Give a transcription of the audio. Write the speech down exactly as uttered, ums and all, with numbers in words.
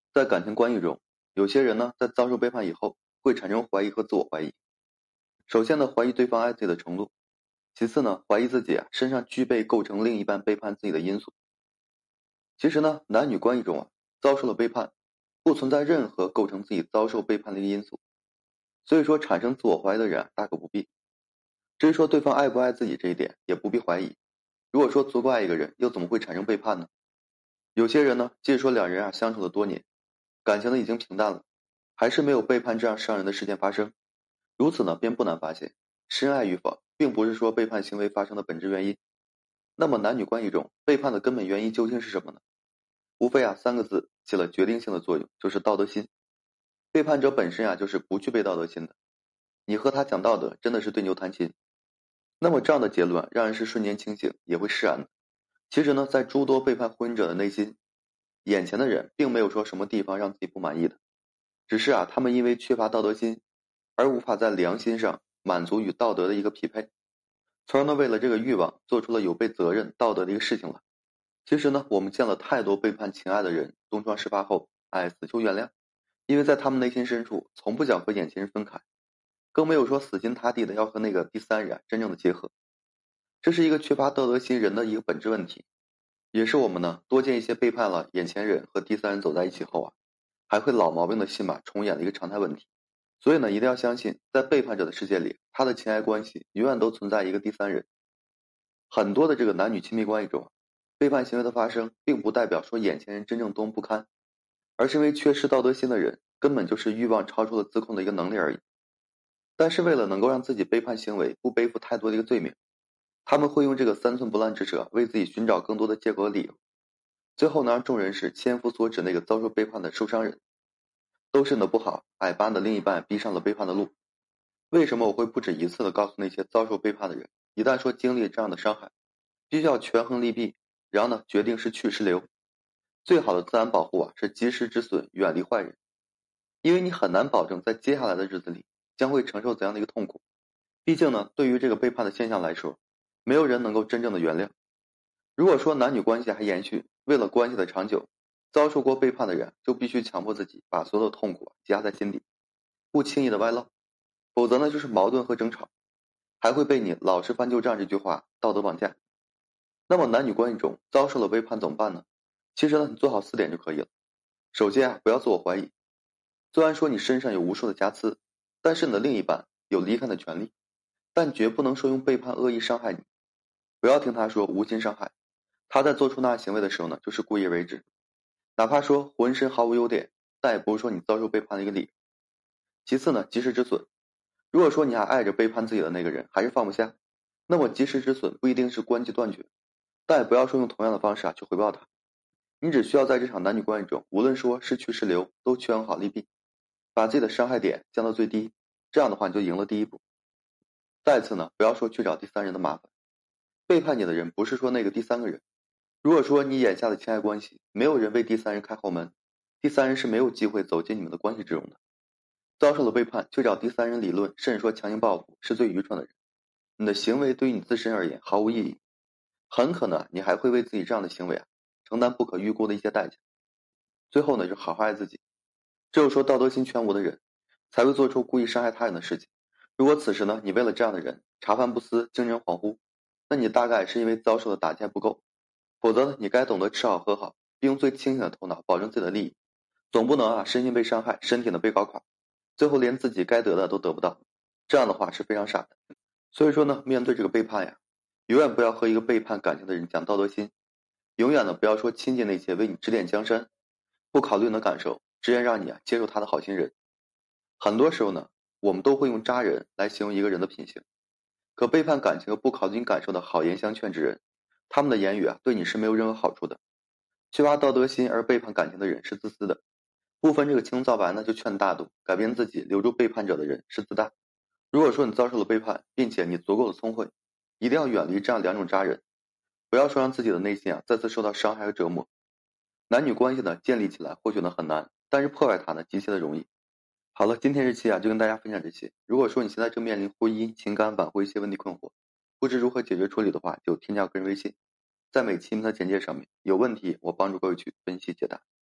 在感情关系中，有些人呢，在遭受背叛以后，会产生怀疑和自我怀疑。首先呢，怀疑对方爱自己的程度；其次呢，怀疑自己啊身上具备构成另一半背叛自己的因素。其实呢，男女关系中啊，遭受了背叛，不存在任何构成自己遭受背叛的一个因素，所以说产生自我怀疑的人啊，大可不必。至于说对方爱不爱自己这一点，也不必怀疑。如果说足够爱一个人，又怎么会产生背叛呢？有些人呢，即使说两人啊相处了多年，感情呢已经平淡了，还是没有背叛这样伤人的事件发生。如此呢，便不难发现，深爱与否，并不是说背叛行为发生的本质原因。那么男女关系中，背叛的根本原因究竟是什么呢？无非啊三个字起了决定性的作用，就是道德心。背叛者本身啊就是不具备道德心的，你和他讲道德，真的是对牛弹琴。那么这样的结论让人是瞬间清醒，也会释然的。其实呢，在诸多背叛婚姻者的内心，眼前的人并没有说什么地方让自己不满意的，只是啊，他们因为缺乏道德心，而无法在良心上满足与道德的一个匹配，从而呢，为了这个欲望，做出了有悖责任、道德的一个事情了。其实呢，我们见了太多背叛情爱的人，东窗事发后，哎，死求原谅，因为在他们内心深处，从不想和眼前人分开，更没有说死心塌地的要和那个第三人真正的结合。这是一个缺乏道德心人的一个本质问题，也是我们呢多见一些背叛了眼前人和第三人走在一起后啊，还会老毛病的戏码重演的一个常态问题。所以呢，一定要相信，在背叛者的世界里，他的情爱关系永远都存在一个第三人。很多的这个男女亲密关系中，背叛行为的发生，并不代表说眼前人真正多么不堪，而是因为缺失道德心的人，根本就是欲望超出了自控的一个能力而已。但是为了能够让自己背叛行为不背负太多的一个罪名，他们会用这个三寸不烂之舌为自己寻找更多的借口和理由，最后呢，让众人是千夫所指那个遭受背叛的受伤人。都是你的不好，哎，把你的另一半逼上了背叛的路。为什么我会不止一次的告诉那些遭受背叛的人，一旦说经历这样的伤害，必须要权衡利弊，然后呢，决定是去是留。最好的自然保护啊，是及时止损，远离坏人。因为你很难保证在接下来的日子里将会承受怎样的一个痛苦。毕竟呢，对于这个背叛的现象来说，没有人能够真正的原谅。如果说男女关系还延续，为了关系的长久，遭受过背叛的人就必须强迫自己把所有的痛苦积压在心底，不轻易的外露，否则呢就是矛盾和争吵，还会被你老是翻旧账这句话道德绑架。那么男女关系中遭受了背叛怎么办呢？其实呢，你做好四点就可以了。首先啊，不要自我怀疑。虽然说你身上有无数的瑕疵，但是你的另一半有离开的权利，但绝不能说用背叛恶意伤害你。不要听他说无心伤害，他在做出那行为的时候呢，就是故意为之。哪怕说浑身毫无优点，但也不是说你遭受背叛的一个理由。其次呢，及时止损。如果说你还爱着背叛自己的那个人，还是放不下，那么及时止损不一定是关系断绝，但也不要说用同样的方式啊去回报他。你只需要在这场男女关系中，无论说是去是留，都权衡好利弊，把自己的伤害点降到最低，这样的话你就赢了第一步。再次呢，不要说去找第三人的麻烦。背叛你的人不是说那个第三个人。如果说你眼下的情爱关系没有人为第三人开后门，第三人是没有机会走进你们的关系之中的。遭受了背叛去找第三人理论，甚至说强行报复，是最愚蠢的人。你的行为对于你自身而言毫无意义，很可能你还会为自己这样的行为啊承担不可预估的一些代价。最后呢，就好好爱自己。只有说道德心全无的人，才会做出故意伤害他人的事情。如果此时呢，你为了这样的人茶饭不思、精神恍惚，那你大概是因为遭受的打击还不够。否则呢，你该懂得吃好喝好，并用最清醒的头脑保证自己的利益，总不能啊身心被伤害，身体呢被搞垮，最后连自己该得的都得不到，这样的话是非常傻的。所以说呢，面对这个背叛呀，永远不要和一个背叛感情的人讲道德心，永远呢不要说亲近那些为你指点江山，不考虑你的感受，直接让你啊接受他的好心人。很多时候呢，我们都会用渣人来形容一个人的品行，可背叛感情和不考虑你感受的好言相劝之人，他们的言语啊对你是没有任何好处的。缺乏道德心而背叛感情的人是自私的，不分这个青红皂白呢就劝大度，改变自己留住背叛者的人是自大。如果说你遭受了背叛，并且你足够的聪慧，一定要远离这样两种渣人，不要说让自己的内心啊再次受到伤害和折磨。男女关系呢建立起来或许呢很难，但是破坏它呢极其的容易。好了，今天这期啊就跟大家分享这些。如果说你现在正面临婚姻、情感挽回一些问题困惑，不知如何解决处理的话，就添加个人微信，在每期的简介上面，有问题我帮助各位去分析解答。